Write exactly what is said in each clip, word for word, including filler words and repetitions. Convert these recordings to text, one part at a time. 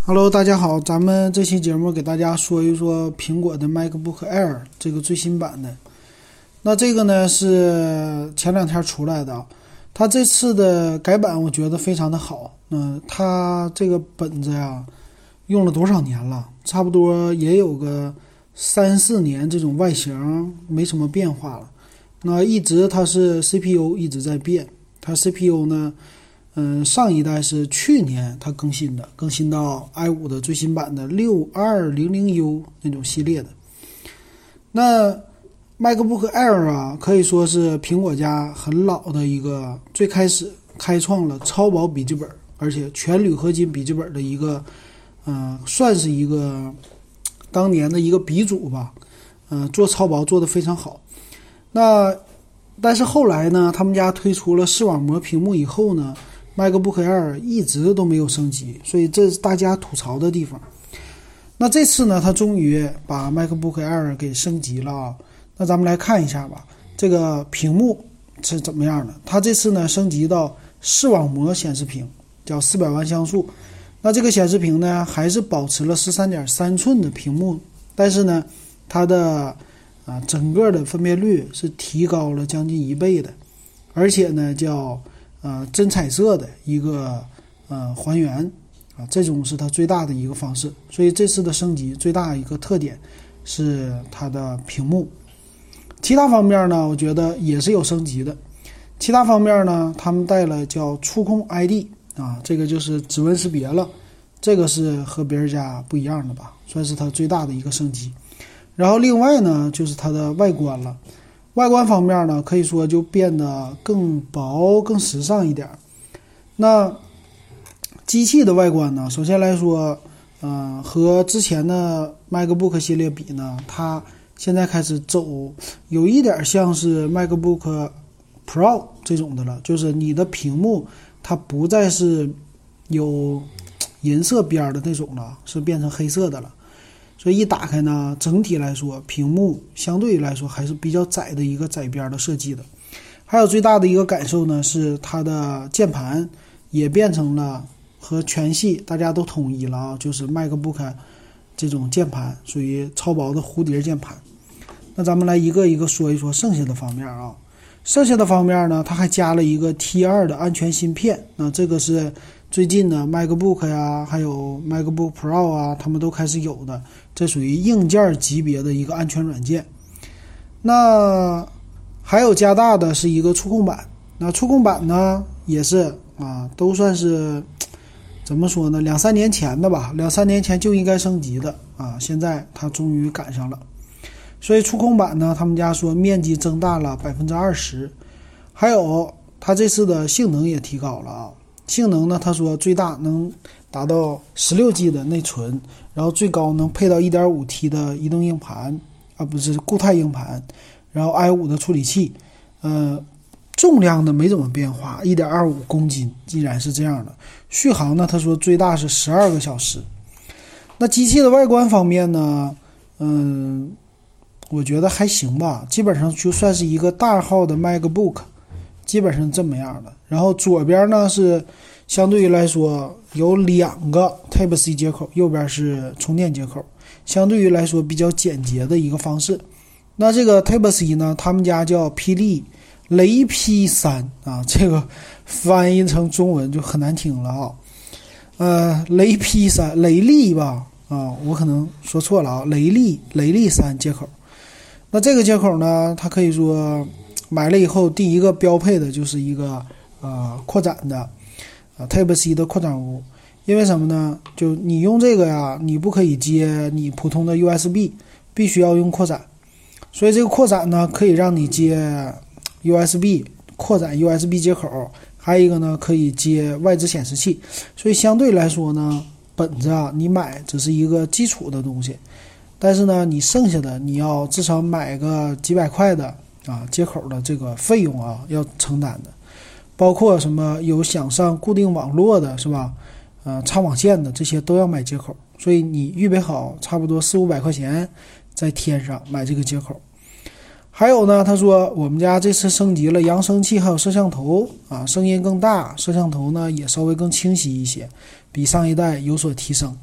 Hello，大家好，咱们这期节目给大家说一说苹果的 MacBook Air 这个最新版的。那这个呢是前两天出来的，它这次的改版我觉得非常的好。那它这个本子呀，用了多少年了？差不多也有个三四年，这种外形没什么变化了。那一直它是 C P U 一直在变，它 C P U 呢。嗯，上一代是去年它更新的，更新到 i 五 的最新版的 六二零零 U 那种系列的。那 MacBook Air 啊，可以说是苹果家很老的一个，最开始开创了超薄笔记本，而且全铝合金笔记本的一个，嗯、呃，算是一个当年的一个鼻祖吧。嗯、呃，做超薄做得非常好。那但是后来呢，他们家推出了视网膜屏幕以后呢，MacBook Air 一直都没有升级，所以这是大家吐槽的地方。那这次呢，它终于把 MacBook Air 给升级了啊。那咱们来看一下吧，这个屏幕是怎么样的？它这次呢升级到视网膜显示屏，叫四百万像素。那这个显示屏呢，还是保持了 十三点三寸的屏幕，但是呢，它的啊整个的分辨率是提高了将近一倍的，而且呢叫。呃，真彩色的一个呃还原啊，这种是它最大的一个方式。所以这次的升级最大一个特点是它的屏幕。其他方面呢，我觉得也是有升级的。其他方面呢，他们带了叫触控 I D 啊，这个就是指纹识别了，这个是和别人家不一样的吧，算是它最大的一个升级。然后另外呢，就是它的外观了。外观方面呢，可以说就变得更薄、更时尚一点。那机器的外观呢，首先来说，呃，和之前的 MacBook 系列比呢，它现在开始走有一点像是 MacBook Pro 这种的了，就是你的屏幕它不再是有银色边的那种了，是变成黑色的了。所以一打开呢，整体来说屏幕相对来说还是比较窄的一个窄边的设计的。还有最大的一个感受呢，是它的键盘也变成了和全系大家都统一了啊，就是 MacBook 这种键盘，属于超薄的蝴蝶键盘。那咱们来一个一个说一说剩下的方面啊。剩下的方面呢，它还加了一个 T 二 的安全芯片，那这个是最近的 MacBook 呀，还有 MacBook Pro 啊，他们都开始有的，这属于硬件级别的一个安全软件。那还有加大的是一个触控板，那触控板呢也是啊，都算是怎么说呢，两三年前的吧，两三年前就应该升级的啊，现在它终于赶上了。所以触控板呢，他们家说面积增大了 百分之二十， 还有它这次的性能也提高了啊。性能呢，他说最大能达到 十六 G 的内存，然后最高能配到 一点五 T 的移动硬盘啊，不是固态硬盘，然后 i 五 的处理器，呃，重量呢没怎么变化， 一点二五公斤，依然是这样的。续航呢，他说最大是十二个小时。那机器的外观方面呢，嗯，我觉得还行吧，基本上就算是一个大号的 MacBook， 基本上这么样的。然后左边呢是相对于来说有两个 Type-C 接口，右边是充电接口，相对于来说比较简洁的一个方式。那这个 Type-C 呢，他们家叫霹雳雷 P 三 啊，这个翻译成中文就很难听了啊。呃，雷 P 三 雷利吧啊，我可能说错了啊，雷利雷利三接口。那这个接口呢，它可以说买了以后第一个标配的就是一个呃扩展的呃 Type-C 的扩展坞。因为什么呢，就你用这个呀，你不可以接你普通的 U S B， 必须要用扩展。所以这个扩展呢，可以让你接 U S B 扩展 U S B 接口，还有一个呢可以接外置显示器。所以相对来说呢，本子啊你买只是一个基础的东西，但是呢你剩下的你要至少买个几百块的啊接口的这个费用啊要承担的，包括什么有想上固定网络的是吧，呃插网线的，这些都要买接口。所以你预备好差不多四五百块钱在天上买这个接口。还有呢，他说我们家这次升级了扬声器还有摄像头啊，声音更大，摄像头呢也稍微更清晰一些，比上一代有所提升。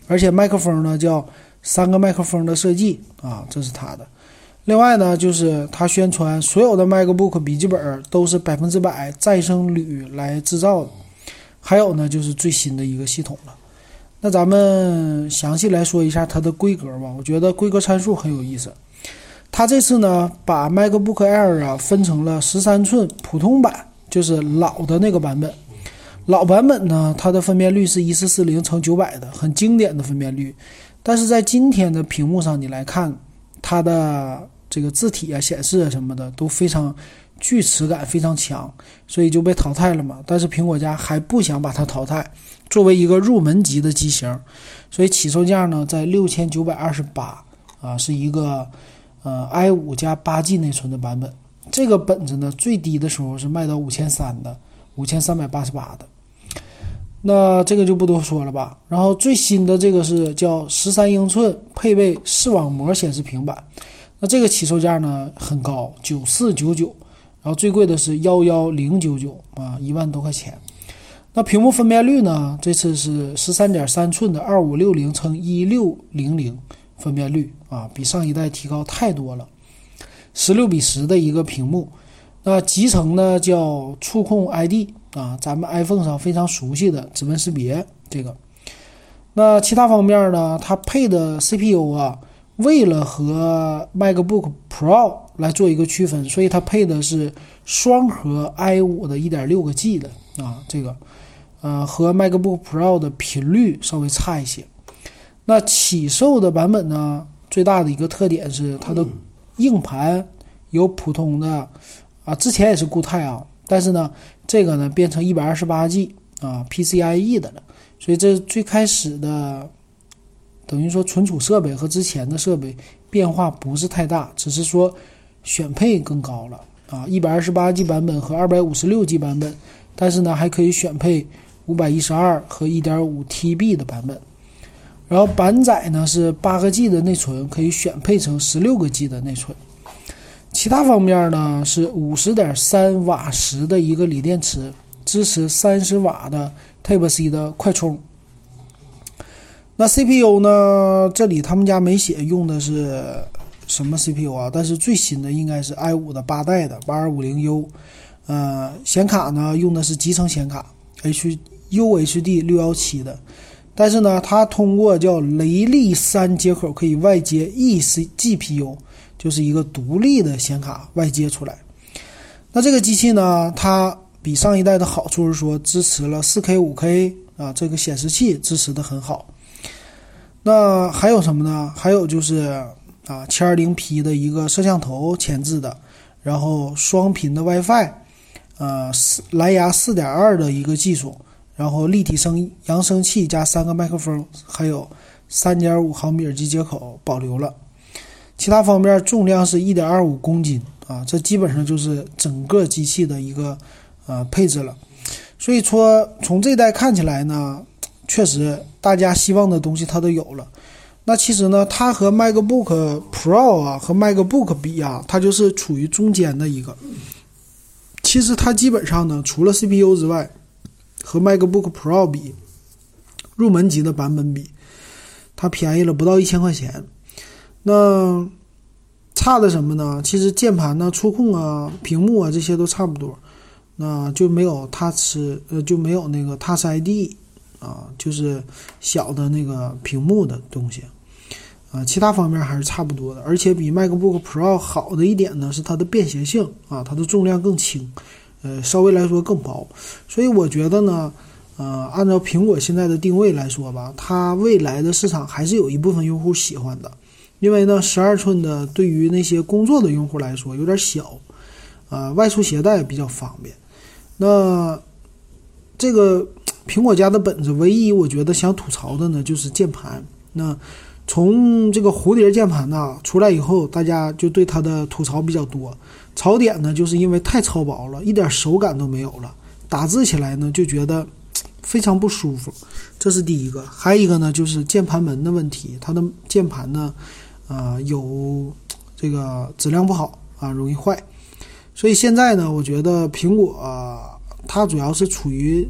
而且麦克风呢叫三个麦克风的设计啊，这是它的。另外呢，就是它宣传所有的 MacBook 笔记本都是百分之百再生铝来制造的。还有呢，就是最新的一个系统了。那咱们详细来说一下它的规格吧。我觉得规格参数很有意思。它这次呢，把 MacBook Air 啊分成了十三寸普通版，就是老的那个版本。老版本呢，它的分辨率是一四四零乘九百的，很经典的分辨率。但是在今天的屏幕上，你来看它的这个字体啊、显示啊什么的都非常锯齿感非常强，所以就被淘汰了嘛。但是苹果家还不想把它淘汰，作为一个入门级的机型，所以起售价呢在六千九百二十八啊，是一个呃 i 五 加 八 G 内存的版本。这个本子呢最低的时候是卖到五千三的，五千三百八十八的。那这个就不多说了吧。然后最新的这个是叫十三英寸，配备视网膜显示平板。那这个起售价呢很高，九千四百九十九，然后最贵的是一一零九九啊，一万多块钱。那屏幕分辨率呢，这次是 十三点三寸的二五六零乘一六零零分辨率啊，比上一代提高太多了。十六比十的一个屏幕。那集成呢叫触控 I D 啊，咱们 iPhone 上非常熟悉的指纹识别这个。那其他方面呢，它配的 C P U 啊，为了和 MacBook Pro 来做一个区分，所以它配的是双核 i 五 的 一点六个 G 的啊，这个呃和 MacBook Pro 的频率稍微差一些。那起售的版本呢，最大的一个特点是它的硬盘有普通的啊，之前也是固态啊，但是呢，这个呢变成 一百二十八 G 啊 P C I E 的了，所以这最开始的等于说存储设备和之前的设备变化不是太大，只是说选配更高了啊 ，一百二十八 G 版本和 二百五十六 G 版本，但是呢还可以选配五百一十二和 一点五 T B 的版本。然后板载呢是八个 G 的内存，可以选配成十六个 G 的内存。其他方面呢是 五十点三瓦时的一个锂电池，支持三十瓦的 Type C 的快充。那 C P U 呢，这里他们家没写用的是什么 C P U 啊，但是最新的应该是 i 五 的八代的 八二五零 U。 呃，显卡呢用的是集成显卡 H U H D 六一七的，但是呢它通过叫雷利三接口可以外接 E C G P U，就是一个独立的显卡外接出来。那这个机器呢，它比上一代的好处是说支持了 四K 五 K 啊，这个显示器支持的很好。那还有什么呢？还有就是啊 七二零 P 的一个摄像头前置的，然后双频的 WiFi， 呃蓝牙 四点二 的一个技术，然后立体声扬声器加三个麦克风，还有 三点五毫米耳机接口保留了。其他方面重量是 一点二五公斤啊，这基本上就是整个机器的一个呃配置了。所以说从这代看起来呢，确实大家希望的东西它都有了。那其实呢，它和 MacBook Pro 啊和 MacBook 比啊，它就是处于中间的一个。其实它基本上呢，除了 C P U 之外，和 MacBook Pro 比，入门级的版本比，它便宜了不到一千块钱。那差的什么呢？其实键盘呢、触控啊、屏幕啊这些都差不多，那就没有 Touch 呃就没有那个 Touch I D 啊，就是小的那个屏幕的东西啊，其他方面还是差不多的。而且比 MacBook Pro 好的一点呢是它的便携性啊，它的重量更轻，呃稍微来说更薄。所以我觉得呢，呃按照苹果现在的定位来说吧，它未来的市场还是有一部分用户喜欢的。因为呢，十二寸的对于那些工作的用户来说有点小，呃，外出携带比较方便。那这个苹果家的本子，唯一我觉得想吐槽的呢，就是键盘。那从这个蝴蝶键盘呢出来以后，大家就对它的吐槽比较多。槽点呢，就是因为太超薄了，一点手感都没有了，打字起来呢就觉得非常不舒服。这是第一个。还有一个呢，就是键盘门的问题，它的键盘呢。呃，有这个质量不好啊，容易坏。所以现在呢，我觉得苹果、呃、它主要是处于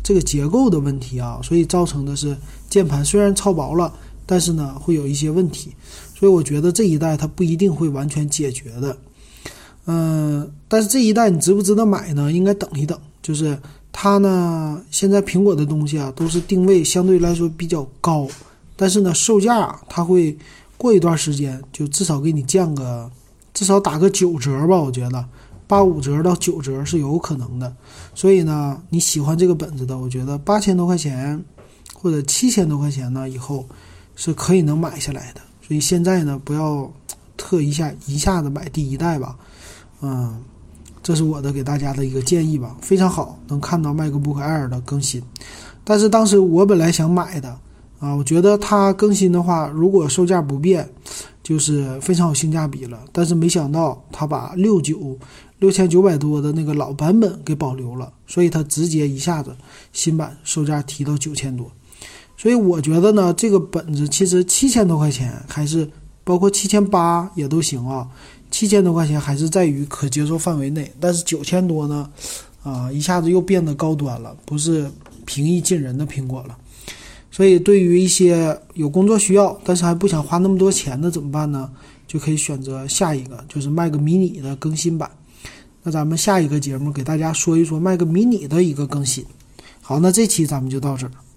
这个结构的问题啊，所以造成的是键盘虽然超薄了，但是呢会有一些问题，所以我觉得这一代它不一定会完全解决的。嗯、呃，但是这一代你值不值得买呢？应该等一等，就是它呢现在苹果的东西啊都是定位相对来说比较高，但是呢售价它会过一段时间就至少给你降个至少打个九折吧，我觉得八五折到九折是有可能的。所以呢你喜欢这个本子的，我觉得八千多块钱或者七千多块钱呢以后是可以能买下来的。所以现在呢不要特一下一下子买第一代吧，嗯，这是我的给大家的一个建议吧，非常好，能看到 MacBook Air 的更新。但是当时我本来想买的啊，我觉得它更新的话，如果售价不变，就是非常有性价比了。但是没想到它把六九六千九百多的那个老版本给保留了，所以它直接一下子新版售价提到九千多。所以我觉得呢，这个本子其实七千多块钱，还是包括七千八也都行啊。七千多块钱还是在于可接受范围内，但是九千多呢，啊，一下子又变得高端了，不是平易近人的苹果了。所以对于一些有工作需要但是还不想花那么多钱的怎么办呢？就可以选择下一个，就是 Mac mini 的更新版。那咱们下一个节目给大家说一说 Mac mini 的一个更新。好，那这期咱们就到这儿。